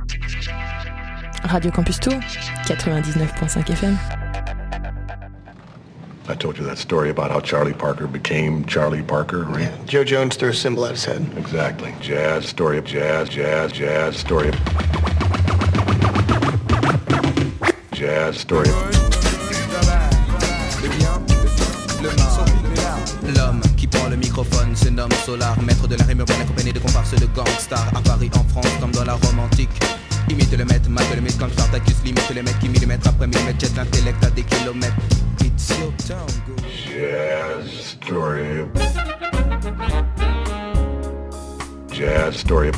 Radio Campus Tour, 99.5 FM. I told you that story about how Charlie Parker became Charlie Parker, right? Yeah, Joe Jones threw a symbol at his head. Exactly. Jazz story, jazz story. Jazz story. L'homme qui prend le microphone se nomme Solar, maître de la rime urbaine accompagné de comparses de gangsters. À Paris, en France, comme dans la Rome antique. Imite le maître, mate le mythe comme Spartacus. Limite les mecs qui millimètre après millimètre jettent l'intellect à des kilomètres. It's your turn, go. Jazz story. Jazz story.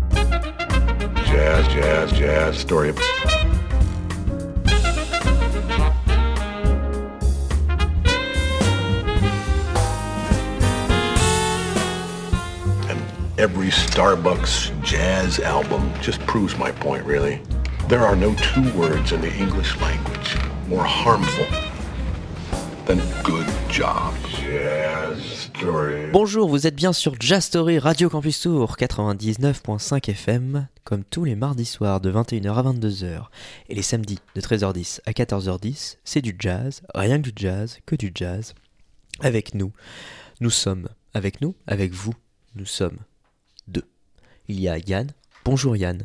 Jazz story. Every Starbucks jazz album just proves my point, really. There are no two words in the English language more harmful than good job. Jazz Story. Bonjour, vous êtes bien sur Jazz Story Radio Campus Tour 99.5 FM, comme tous les mardis soirs de 21h à 22h, et les samedis de 13h10 à 14h10, c'est du jazz, rien que du jazz, que du jazz. Avec nous, nous sommes, avec nous, avec vous, nous sommes deux. Il y a Yann. Bonjour Yann.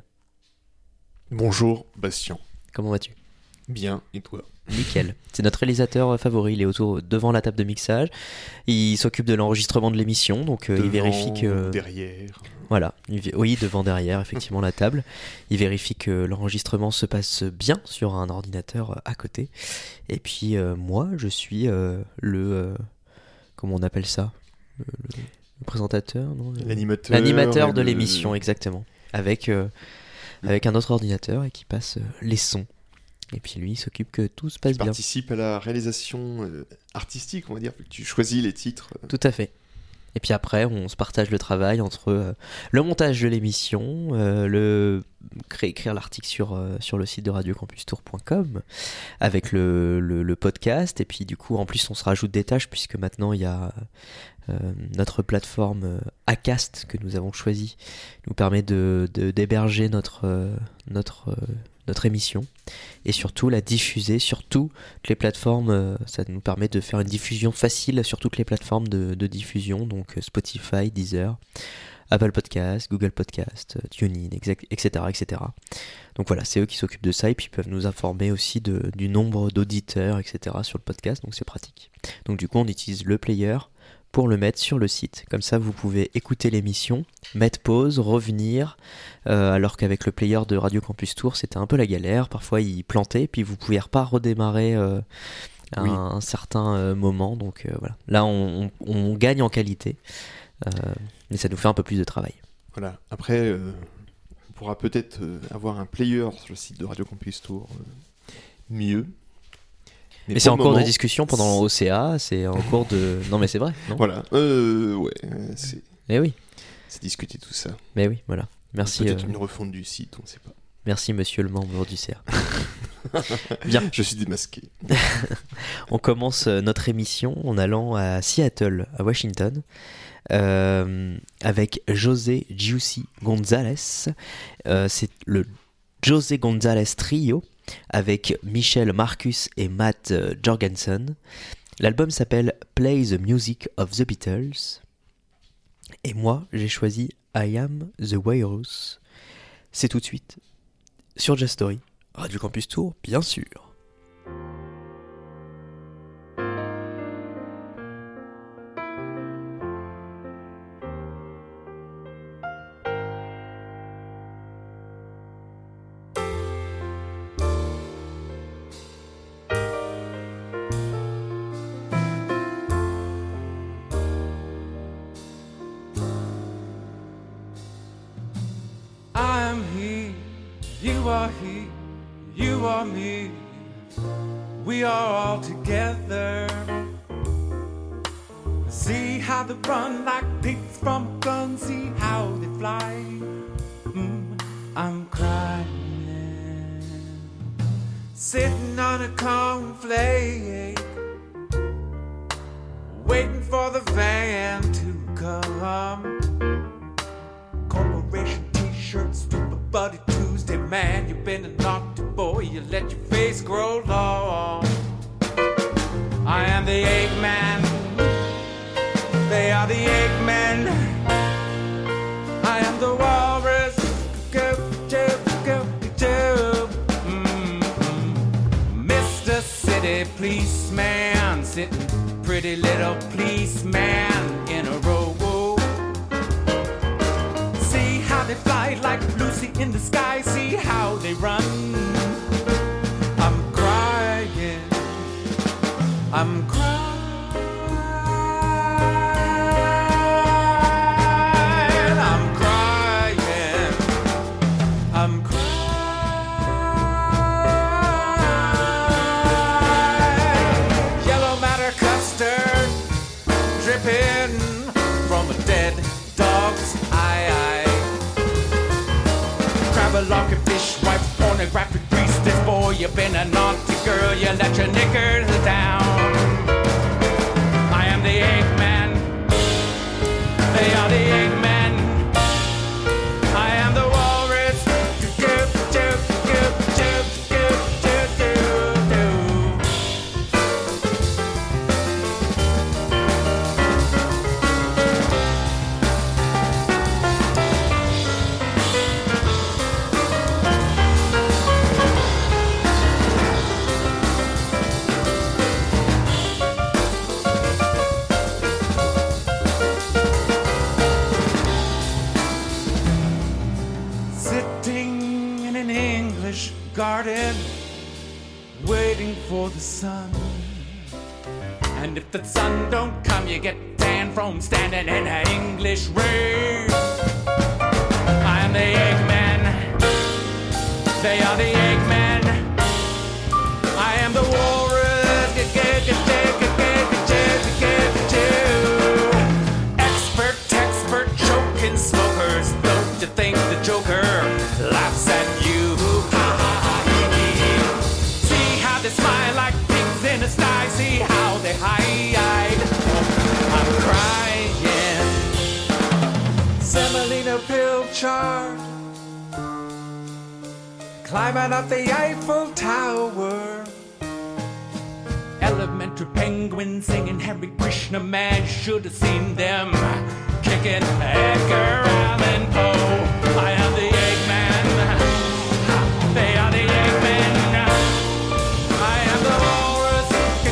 Bonjour Bastien. Comment vas-tu ? Bien, et toi ? Nickel. C'est notre réalisateur favori, il est devant la table de mixage. Il s'occupe de l'enregistrement de l'émission, donc il vérifie que... derrière. Voilà, oui, devant, derrière, effectivement, la table. Il vérifie que l'enregistrement se passe bien sur un ordinateur à côté. Et puis moi, je suis comment on appelle ça ? Le présentateur, non ? L'animateur de l'émission, exactement. Avec un autre ordinateur et qui passe les sons. Et puis lui, il s'occupe que tout se passe bien. Tu participes à la réalisation artistique, on va dire, tu choisis les titres. Tout à fait. Et puis après, on se partage le travail entre le montage de l'émission, écrire l'article sur le site de radiocampustour.com avec le podcast. Et puis du coup, en plus, on se rajoute des tâches puisque maintenant, il y a notre plateforme Acast que nous avons choisie nous permet d'héberger notre émission et surtout la diffuser sur toutes les plateformes. Ça nous permet de faire une diffusion facile sur toutes les plateformes de diffusion, donc Spotify, Deezer, Apple Podcast, Google Podcast, TuneIn, etc. Donc voilà, c'est eux qui s'occupent de ça et puis ils peuvent nous informer aussi du nombre d'auditeurs, etc. sur le podcast, donc c'est pratique. Donc du coup on utilise le player pour le mettre sur le site. Comme ça, vous pouvez écouter l'émission, mettre pause, revenir, alors qu'avec le player de Radio Campus Tour, c'était un peu la galère. Parfois, il plantait, puis vous ne pouviez pas redémarrer à un certain moment. Donc voilà. Là, on gagne en qualité, mais ça nous fait un peu plus de travail. Voilà. Après, on pourra peut-être avoir un player sur le site de Radio Campus Tour mieux. Mais c'est en cours de discussion pendant l'OCA, c'est en cours de... Non mais c'est vrai, non ? Voilà, ouais, c'est... Mais oui. C'est discuter tout ça. Mais oui, voilà. Merci. Peut-être une refonte du site, on ne sait pas. Merci monsieur le membre du CA. Bien. Je suis démasqué. On commence notre émission en allant à Seattle, à Washington, avec José Juicy Gonzalez. C'est le José Gonzalez Trio, avec Michel Marcus et Matt Jorgensen. L'album s'appelle Play the Music of the Beatles. Et moi, j'ai choisi I Am the Virus. C'est tout de suite sur Jazz Story, Radio Campus Tour, bien sûr. You are he, you are me, we are all together. See how they run like pigs from a gun, see how they fly. I'm crying, sitting on a cornflake, waiting for the van to come. Corporation t-shirts, stupid buddy too. Tuesday, man, you've been a naughty boy. You let your face grow long. I am the Eggman. They are the Eggmen. I am the walrus. Mr. City Policeman, sitting pretty little policeman in a row. See how they fly like Lucy in the sky. See how they run. I'm crying. I'm crying. I'm crying. I'm crying. Yellow matter custard dripping from a dead dog's eye. Crab a locket fish wipe pornographic grease. This boy, you been a naughty girl. You let your knickers down. I am the Eggman. They are the Eggmen. I am the walrus. Sitting in an English garden, waiting for the sun. And if the sun don't come, you get tan from standing in an English rain. I am the Eggman. They are the Eggmen. I am the walrus. Expert, smokers. Don't you think the Joker laughs at you? See how they smile like pigs in a sty. See how they hide. I'm crying. Semolina Pilchard climbing up the Eiffel Tower. Elementary penguins singing Hare Krishna, man, should have seen them kicking Edgar Allan Poe. I am the Eggman. They are the Eggmen. I am the walrus.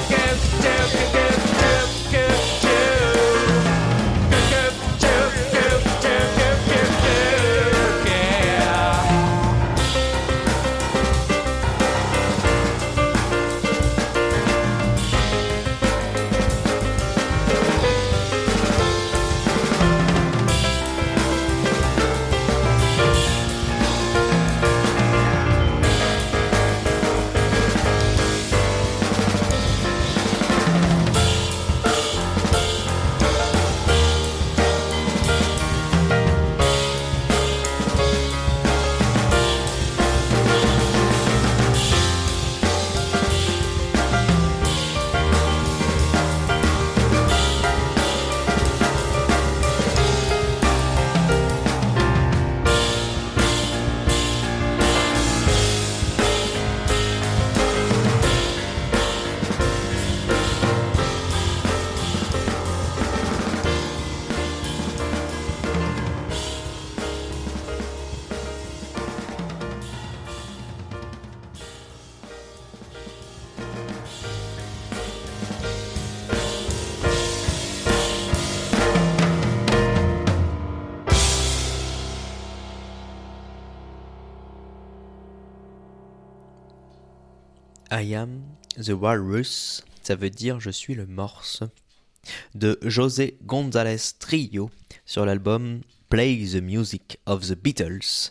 I am the Walrus, ça veut dire je suis le morse, de José González Trillo sur l'album Play the Music of the Beatles,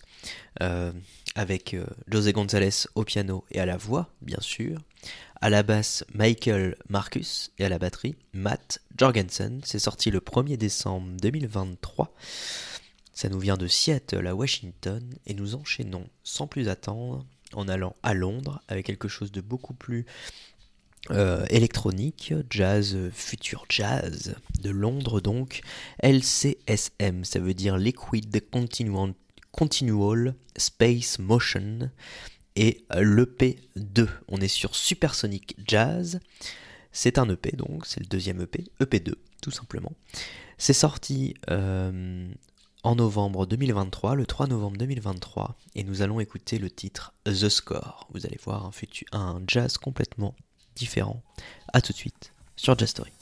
avec José González au piano et à la voix, bien sûr, à la basse Michael Marcus et à la batterie Matt Jorgensen. C'est sorti le 1er décembre 2023. Ça nous vient de Seattle à Washington et nous enchaînons sans plus attendre en allant à Londres avec quelque chose de beaucoup plus électronique, jazz, future jazz de Londres donc. LCSM, ça veut dire Liquid Continual Space Motion et l'EP 2. On est sur Supersonic Jazz. C'est un EP donc, c'est le deuxième EP, EP2 tout simplement. C'est sorti en novembre 2023, le 3 novembre 2023, et nous allons écouter le titre The Score. Vous allez voir un jazz complètement différent. A tout de suite sur Jazz Story.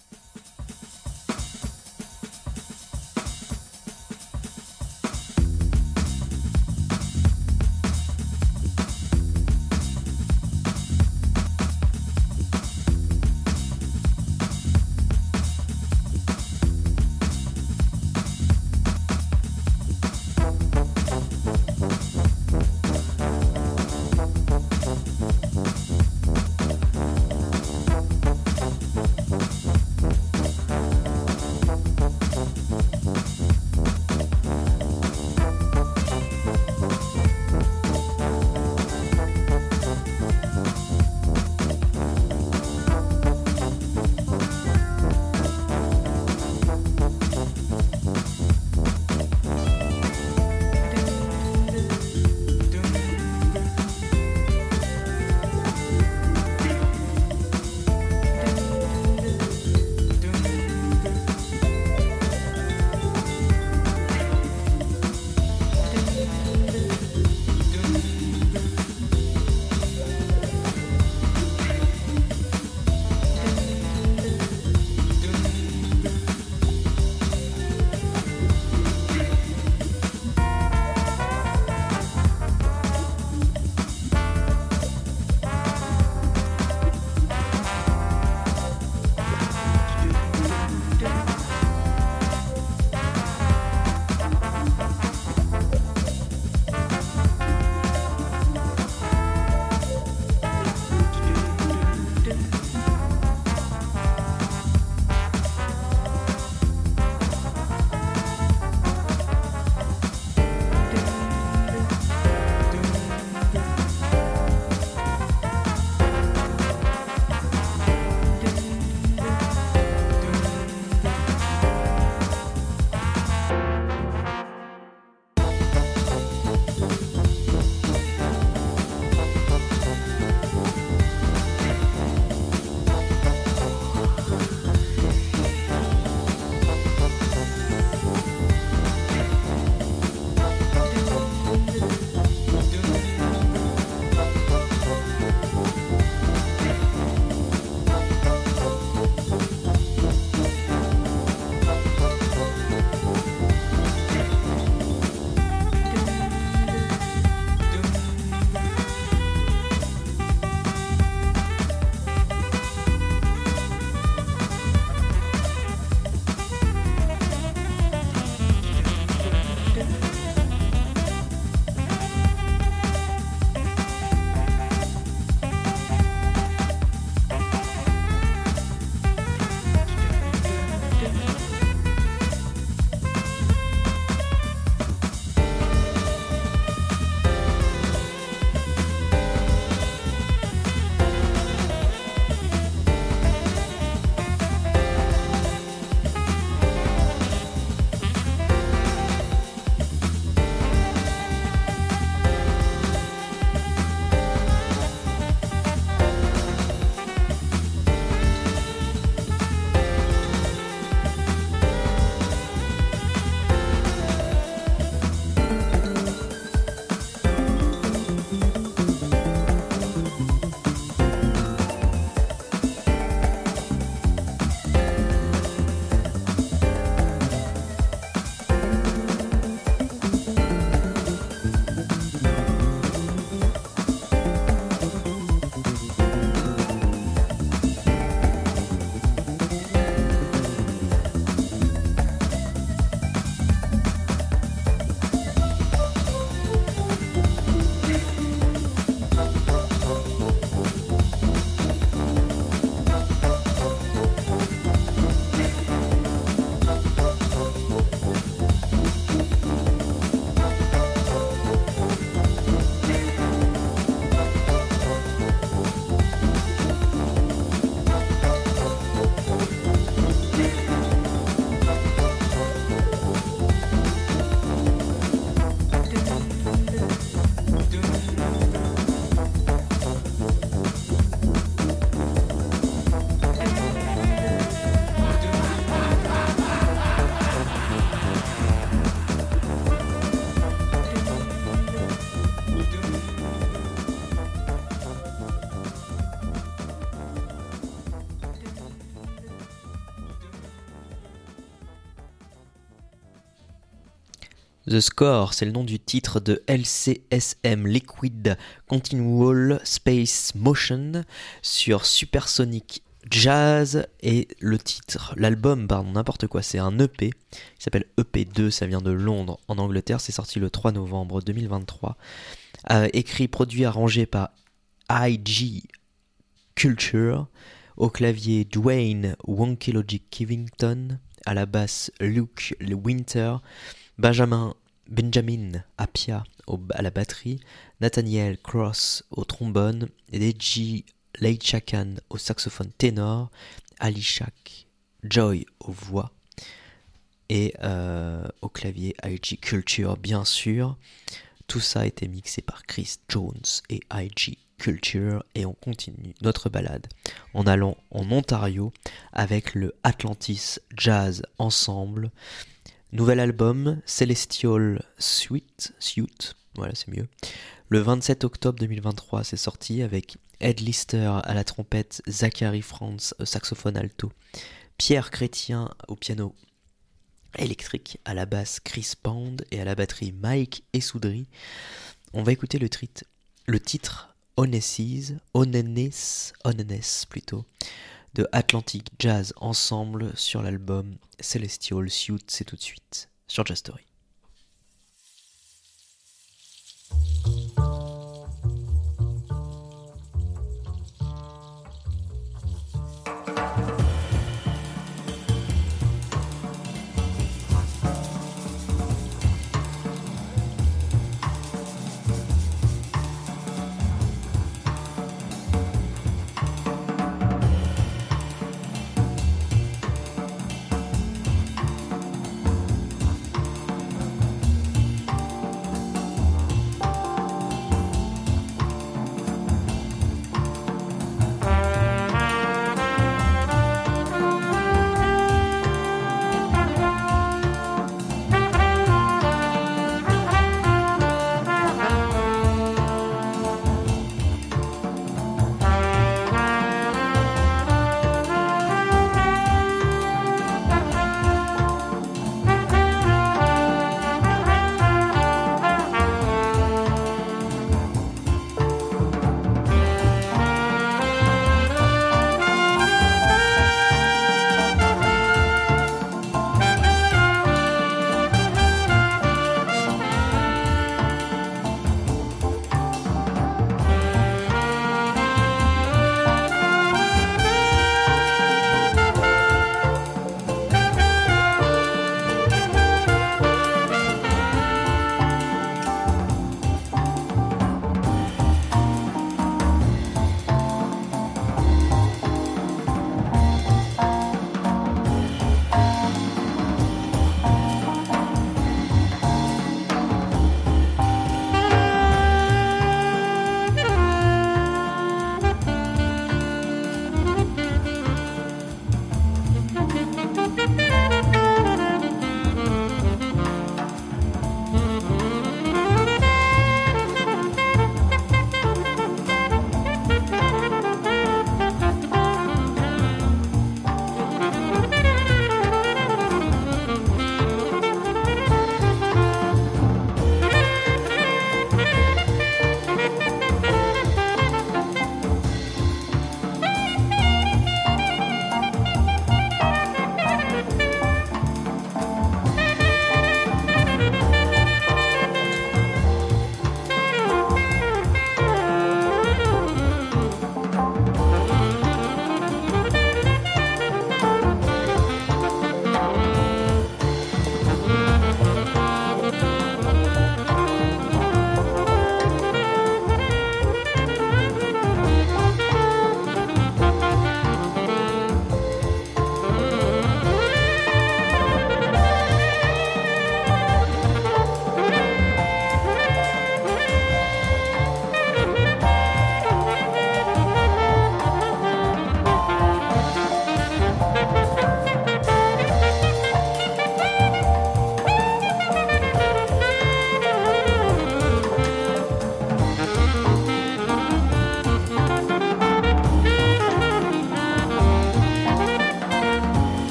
The Score, c'est le nom du titre de LCSM, Liquid Continual Space Motion, sur Supersonic Jazz, et l'album, n'importe quoi, c'est un EP, il s'appelle EP2, ça vient de Londres, en Angleterre, c'est sorti le 3 novembre 2023, écrit, produit, arrangé par IG Culture, au clavier Dwayne Wonky Logic Kivington, à la basse Luke Winter, Benjamin Apia à la batterie, Nathaniel Cross au trombone, Deji Leichakan au saxophone ténor, Ali Shak Joy aux voix et au clavier IG Culture bien sûr. Tout ça a été mixé par Chris Jones et IG Culture, et on continue notre balade en allant en Ontario avec le Atlantis Jazz Ensemble. Nouvel album, Celestial Suite, voilà c'est mieux. Le 27 octobre 2023 c'est sorti, avec Ed Lister à la trompette, Zachary Franz au saxophone alto, Pierre Chrétien au piano électrique, à la basse Chris Pound et à la batterie Mike Essoudry. On va écouter le titre Onesses plutôt, de Atlantic Jazz Ensemble sur l'album Celestial Suite. C'est tout de suite sur Jazz Story.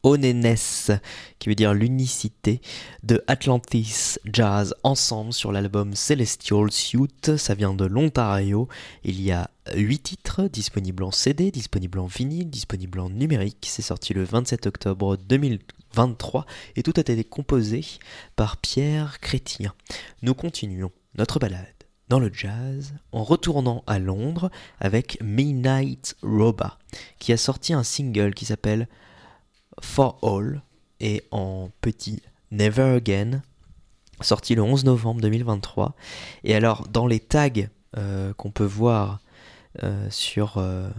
Onenes, qui veut dire l'unicité, de Atlantis Jazz Ensemble sur l'album Celestial Suite. Ça vient de l'Ontario. Il y a 8 titres disponibles en CD, disponibles en vinyle, disponibles en numérique. C'est sorti le 27 octobre 2023 et tout a été composé par Pierre Chrétien. Nous continuons notre balade dans le jazz en retournant à Londres avec Midnight Roba, qui a sorti un single qui s'appelle For All et en petit Never Again, sorti le 11 novembre 2023. Et alors dans les tags qu'on peut voir sur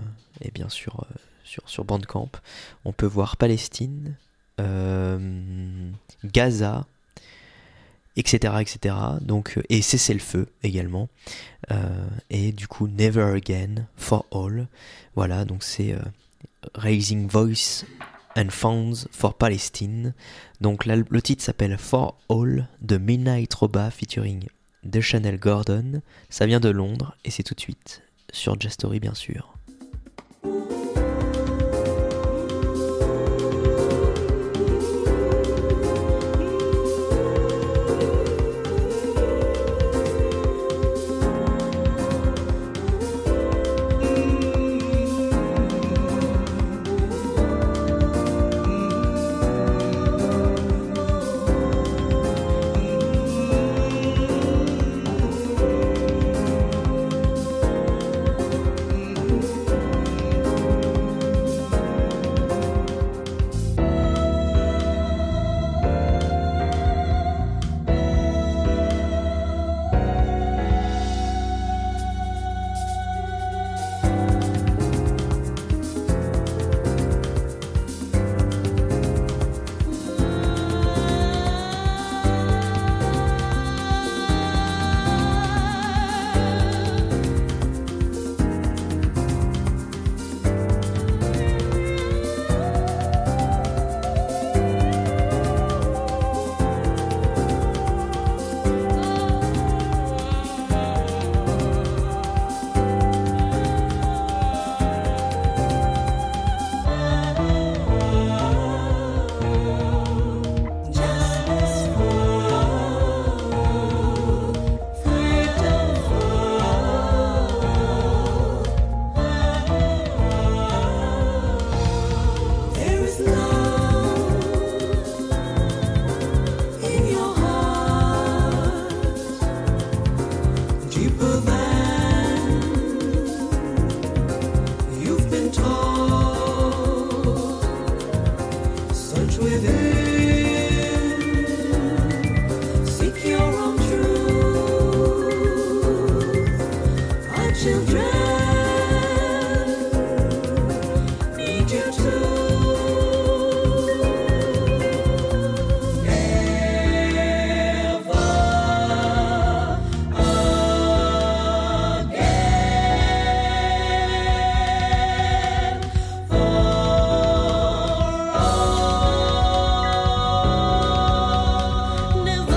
Bandcamp, on peut voir Palestine, Gaza, etc. Donc, et Cessez le feu également, et du coup Never Again, For All. Voilà, donc c'est Raising Voice and Funds for Palestine. Donc le titre s'appelle For All de Midnight Roba featuring Chanel Gordon. Ça vient de Londres et c'est tout de suite sur Jazz Story bien sûr.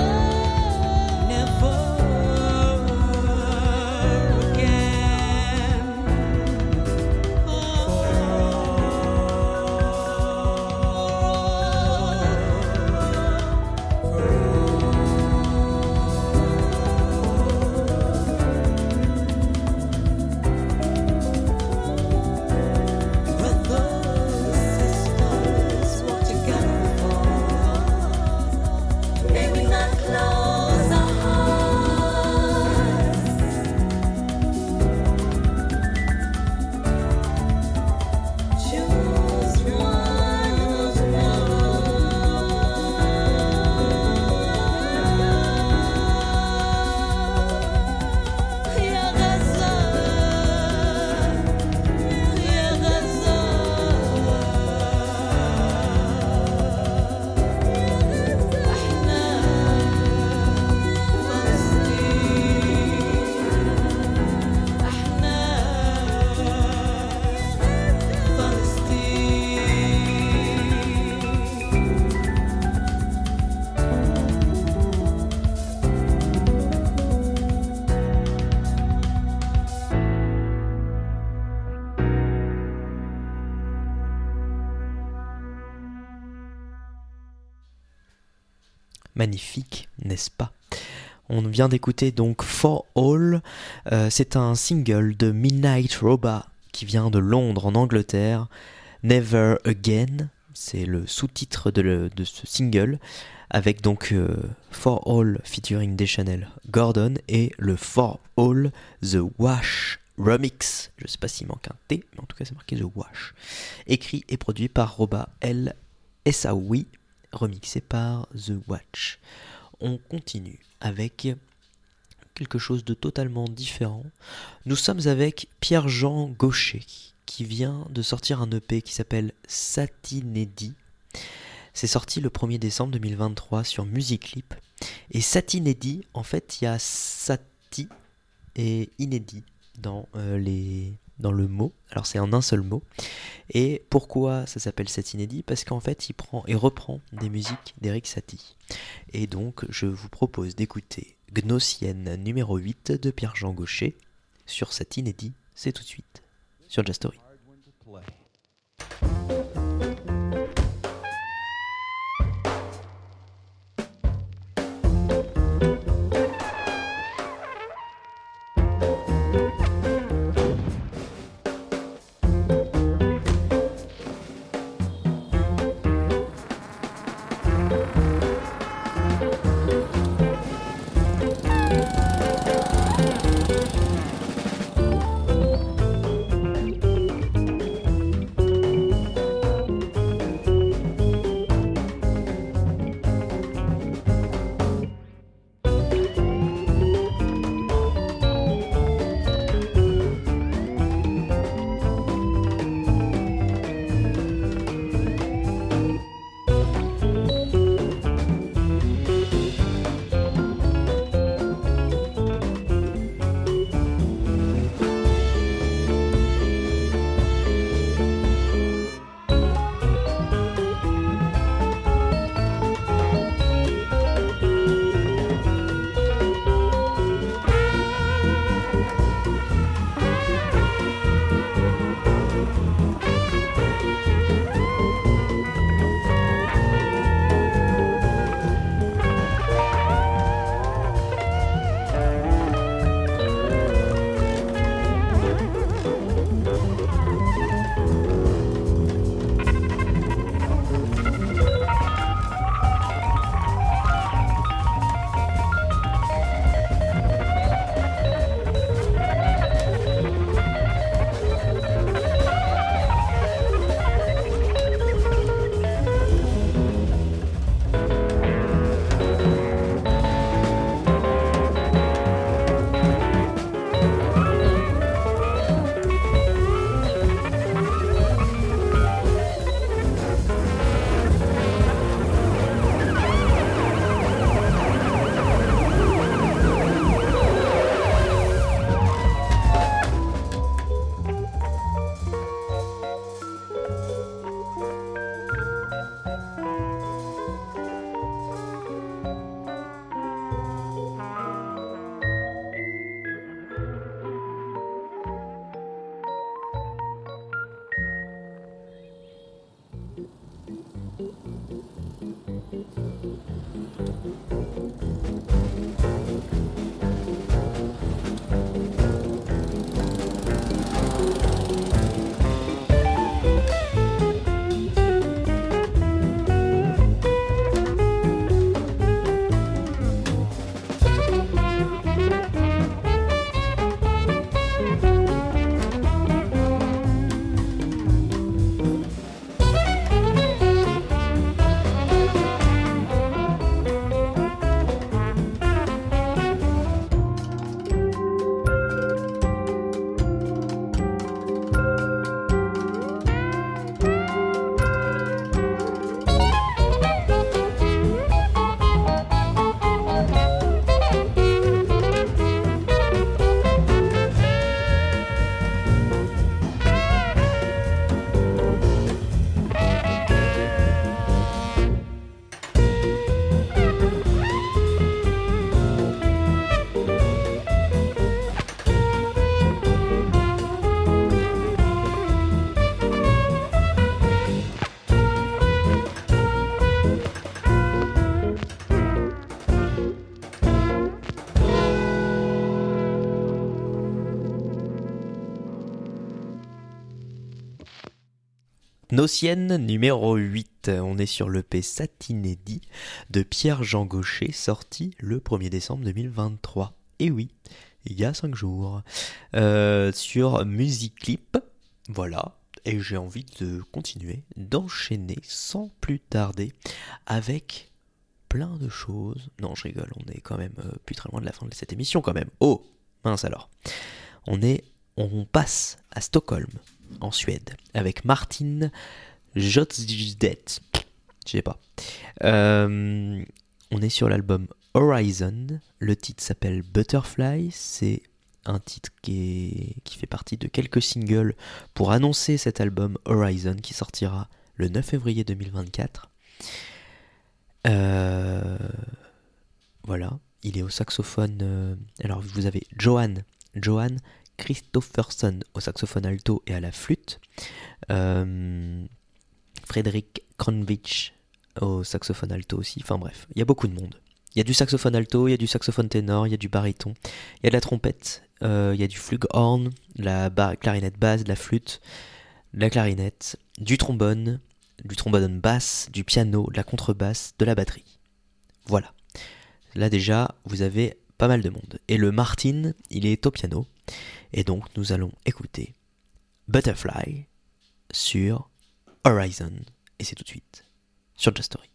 Never again. Magnifique, n'est-ce pas? On vient d'écouter donc For All, c'est un single de Midnight Robot qui vient de Londres en Angleterre. Never Again, c'est le sous-titre de ce single, avec donc For All featuring Deschanel Gordon et le For All The Wash Remix. Je sais pas s'il manque un T, mais en tout cas c'est marqué The Wash. Écrit et produit par Roba El Essaoui, remixé par The Watch. On continue avec quelque chose de totalement différent. Nous sommes avec Pierre-Jean Gaucher, qui vient de sortir un EP qui s'appelle Satinedi. C'est sorti le 1er décembre 2023 sur Musiclip. Et Satinedi, en fait, il y a Sati et Inédit dans le mot. Alors c'est en un seul mot. Et pourquoi ça s'appelle Satinedi? Parce qu'en fait il reprend des musiques d'Eric Satie. Et donc je vous propose d'écouter Gnossienne numéro 8 de Pierre-Jean Gaucher sur Satinedi. C'est tout de suite sur Jazz Story. Nocienne numéro 8. On est sur l'EP Satinédie de Pierre-Jean Gaucher, sorti le 1er décembre 2023. Et oui, il y a 5 jours. Sur Music Clip, voilà. Et j'ai envie de continuer, d'enchaîner sans plus tarder avec plein de choses. Non, je rigole, on est quand même plus très loin de la fin de cette émission quand même. Oh, mince alors. On passe à Stockholm, en Suède, avec Martin Jotsdedt. Je sais pas. On est sur l'album Horizon. Le titre s'appelle Butterfly. C'est un titre qui fait partie de quelques singles pour annoncer cet album Horizon qui sortira le 9 février 2024. Voilà. Il est au saxophone. Alors vous avez Johan Kristofferson au saxophone alto et à la flûte, Fredrik Kronwich au saxophone alto aussi, enfin bref, il y a beaucoup de monde. Il y a du saxophone alto, il y a du saxophone ténor, il y a du baryton, il y a de la trompette, il y a du flugelhorn, de la clarinette basse, de la flûte, de la clarinette, du trombone basse, du piano, de la contrebasse, de la batterie. Voilà. Là déjà, vous avez pas mal de monde. Et le Martin, il est au piano. Et donc, nous allons écouter Butterfly sur Horizon. Et c'est tout de suite sur Just Story.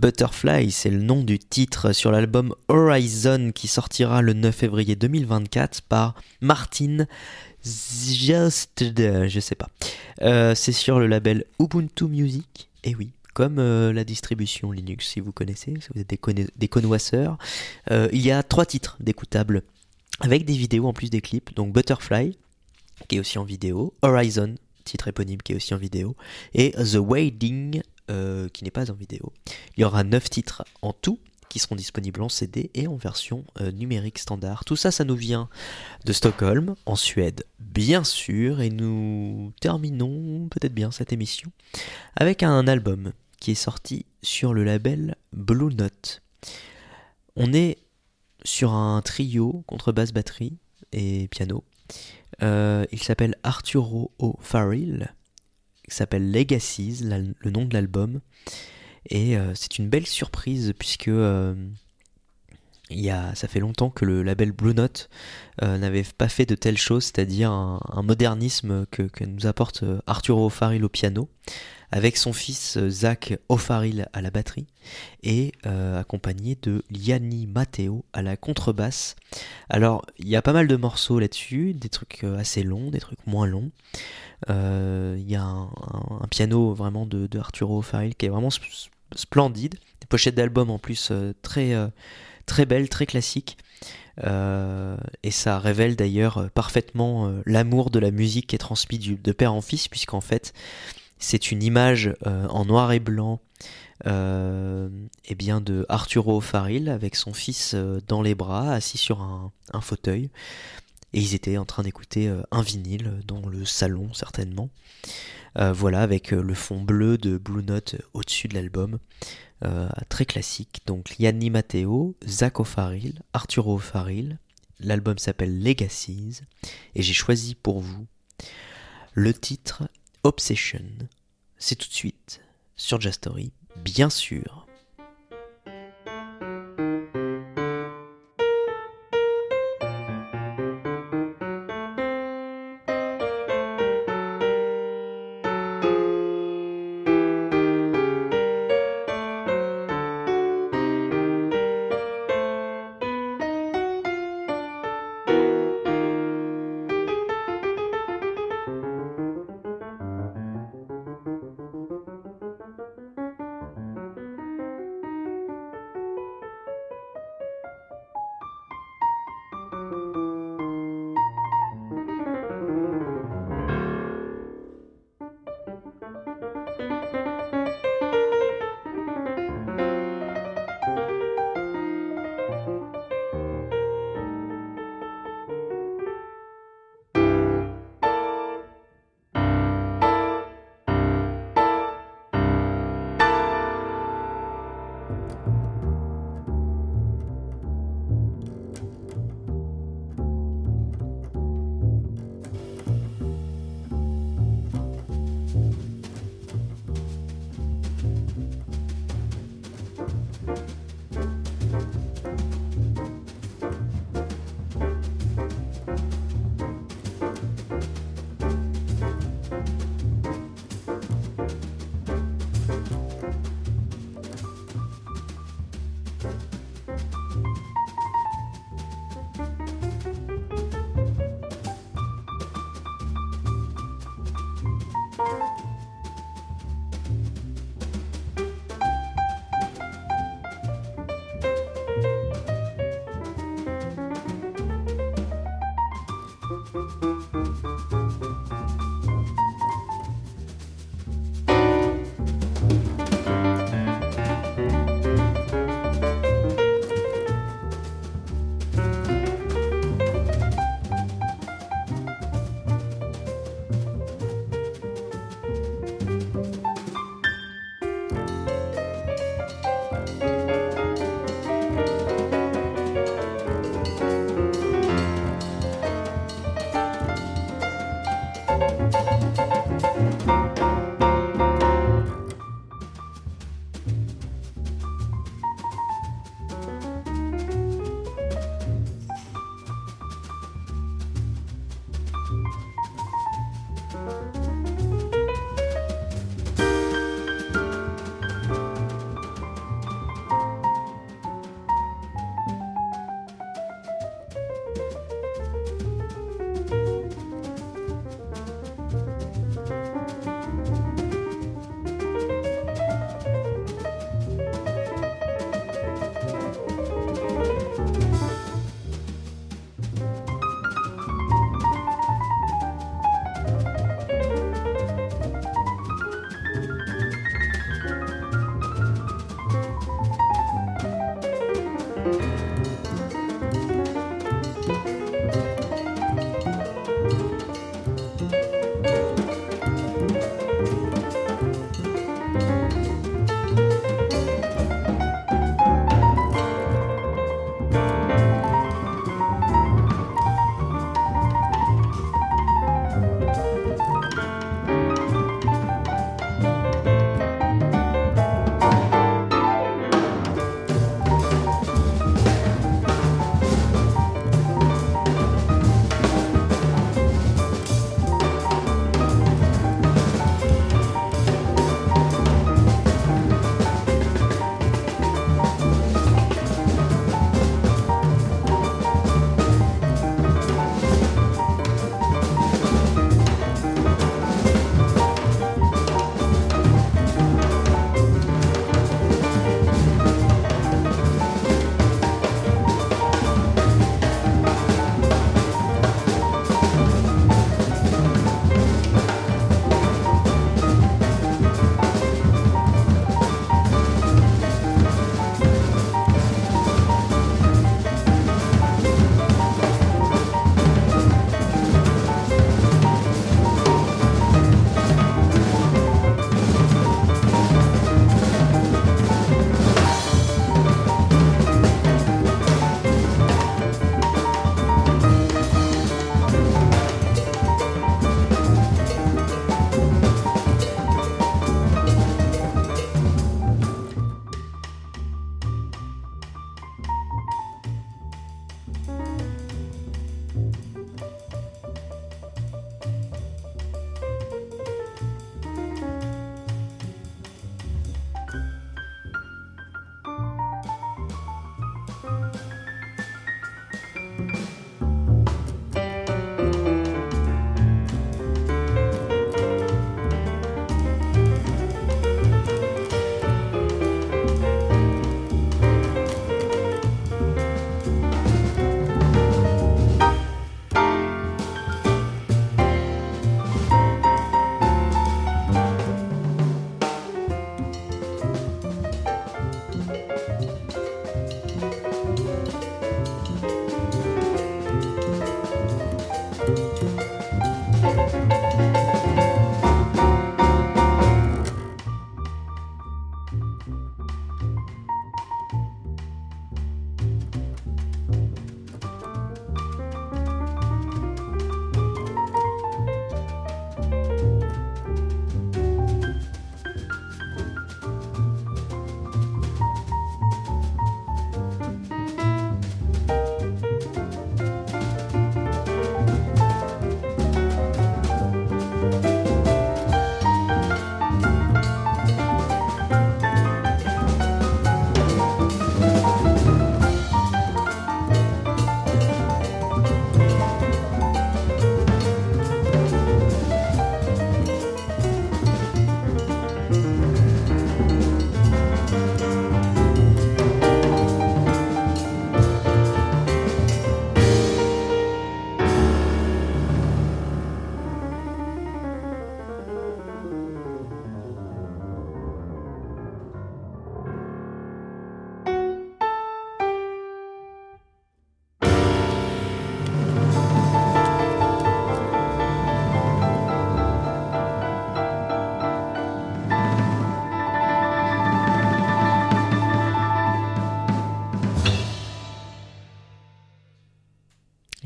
Butterfly, c'est le nom du titre sur l'album Horizon qui sortira le 9 février 2024 par Martin Justed, je sais pas. C'est sur le label Ubuntu Music, et oui, comme la distribution Linux, si vous connaissez, si vous êtes des connoisseurs. Il y a 3 titres d'écoutables avec des vidéos en plus des clips, donc Butterfly, qui est aussi en vidéo, Horizon, titre éponyme qui est aussi en vidéo, et The Waiting, qui n'est pas en vidéo. Il y aura 9 titres en tout qui seront disponibles en CD et en version numérique standard. Tout ça, ça nous vient de Stockholm, en Suède, bien sûr, et nous terminons peut-être bien cette émission avec un album qui est sorti sur le label Blue Note. On est sur un trio contrebasse, batterie et piano. Il s'appelle Arturo O'Farrill, il s'appelle Legacies, le nom de l'album, et c'est une belle surprise puisque ça fait longtemps que le label Blue Note n'avait pas fait de telles choses, c'est-à-dire un modernisme que nous apporte Arturo O'Farrill au piano, avec son fils Zach O'Farrill à la batterie, et accompagné de Yanni Matteo à la contrebasse. Alors, il y a pas mal de morceaux là-dessus, des trucs assez longs, des trucs moins longs. Il y a un piano vraiment de Arturo O'Farrill qui est vraiment splendide. Des pochettes d'album en plus très belles, très classiques. Et ça révèle d'ailleurs parfaitement l'amour de la musique qui est transmis de père en fils, puisqu'en fait c'est une image en noir et blanc de Arturo O'Farrill avec son fils dans les bras, assis sur un fauteuil, et ils étaient en train d'écouter un vinyle dans le salon certainement. Voilà, avec le fond bleu de Blue Note au-dessus de l'album, très classique. Donc Yanni Matteo, Zach O'Farrill, Arturo O'Farrill. L'album s'appelle Legacies et j'ai choisi pour vous le titre Obsession. C'est tout de suite sur Jazz Story, bien sûr.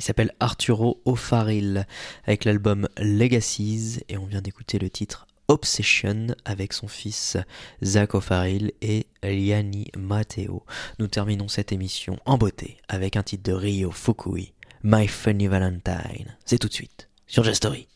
s'appelle Arturo O'Farrill avec l'album Legacies, et on vient d'écouter le titre Obsession avec son fils Zach O'Farrill et Liani Matteo. Nous terminons cette émission en beauté avec un titre de Ryo Fukui, My Funny Valentine. C'est tout de suite sur Jazz Story.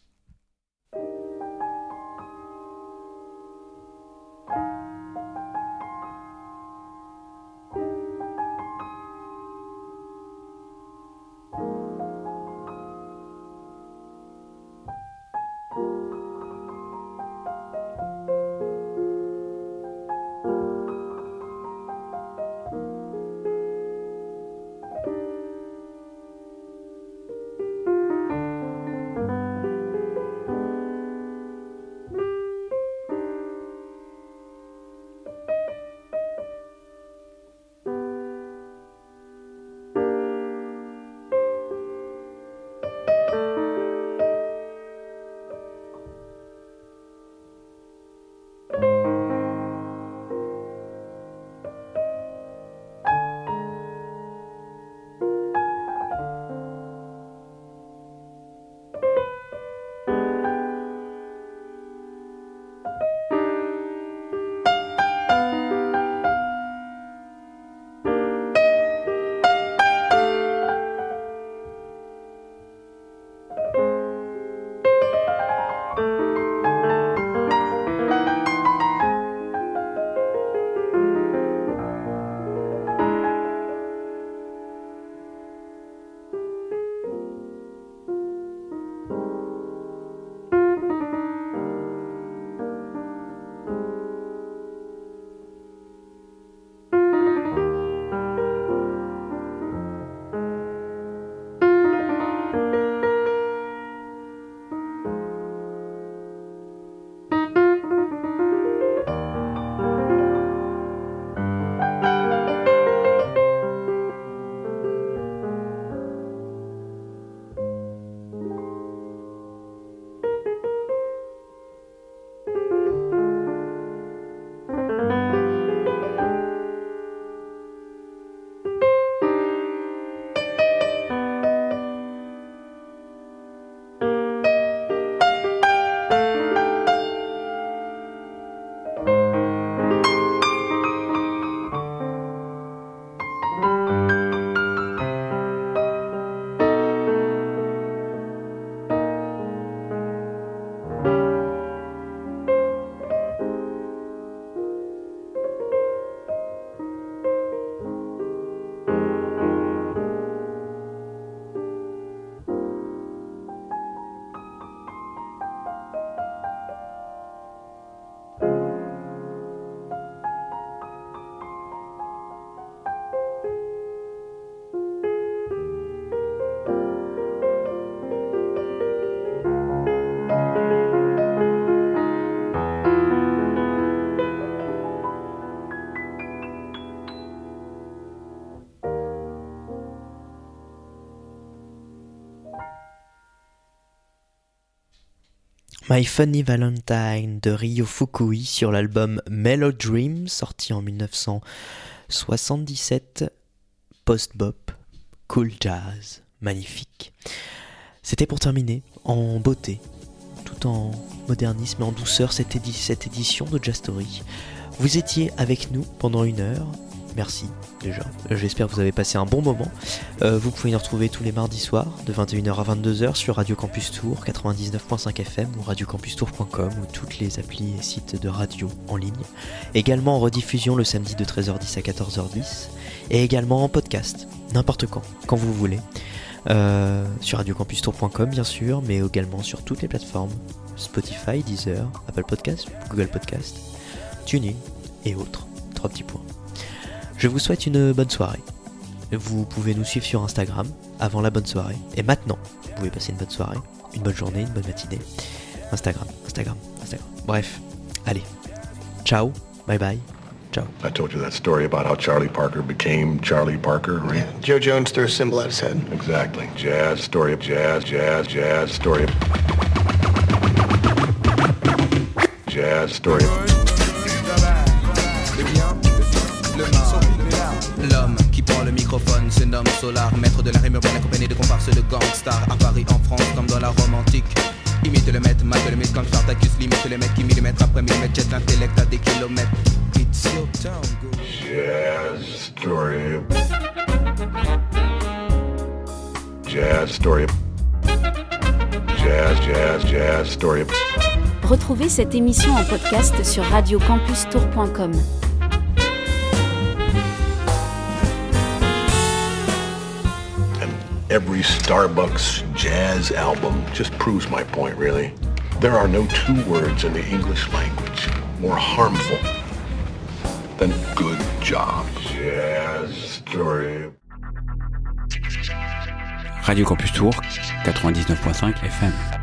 My Funny Valentine de Ryo Fukui sur l'album Mellow Dream, sorti en 1977, post-bop, cool jazz, magnifique. C'était pour terminer en beauté, tout en modernisme et en douceur cette édition de Jazz Story. Vous étiez avec nous pendant 1 heure. Merci déjà, j'espère que vous avez passé un bon moment. Vous pouvez nous retrouver tous les mardis soirs de 21h à 22h sur Radio Campus Tour 99.5 FM ou radiocampustour.com ou toutes les applis et sites de radio en ligne. Également en rediffusion le samedi de 13h10 à 14h10 et également en podcast, n'importe quand vous voulez. Sur radiocampustour.com bien sûr, mais également sur toutes les plateformes Spotify, Deezer, Apple Podcast, Google Podcast, TuneIn et autres. 3 petits points. Je vous souhaite une bonne soirée. Vous pouvez nous suivre sur Instagram avant la bonne soirée. Et maintenant, vous pouvez passer une bonne soirée, une bonne journée, une bonne matinée. Instagram. Bref, allez. Ciao, bye bye. Ciao. I told you that story about how Charlie Parker became Charlie Parker, right? Yeah, Joe Jones threw a symbol at his head. Exactly. Jazz story. Jazz story. Jazz story. L'homme qui prend le micro microphone, c'est Nom Solar, maître de la rime urbaine accompagné de comparses de gangstars. À Paris, en France, comme dans la Rome antique. Imite le maître, mate le mythe comme Spartacus, limite le mec qui millimètre après millimètre jette l'intellect à des kilomètres. It's your town, go. Jazz story. Jazz story. Jazz story. Retrouvez cette émission en podcast sur radiocampustour.com. Every Starbucks jazz album just proves my point, really. There are no two words in the English language more harmful than good job. Jazz story. Radio Campus Tour, 99.5 FM.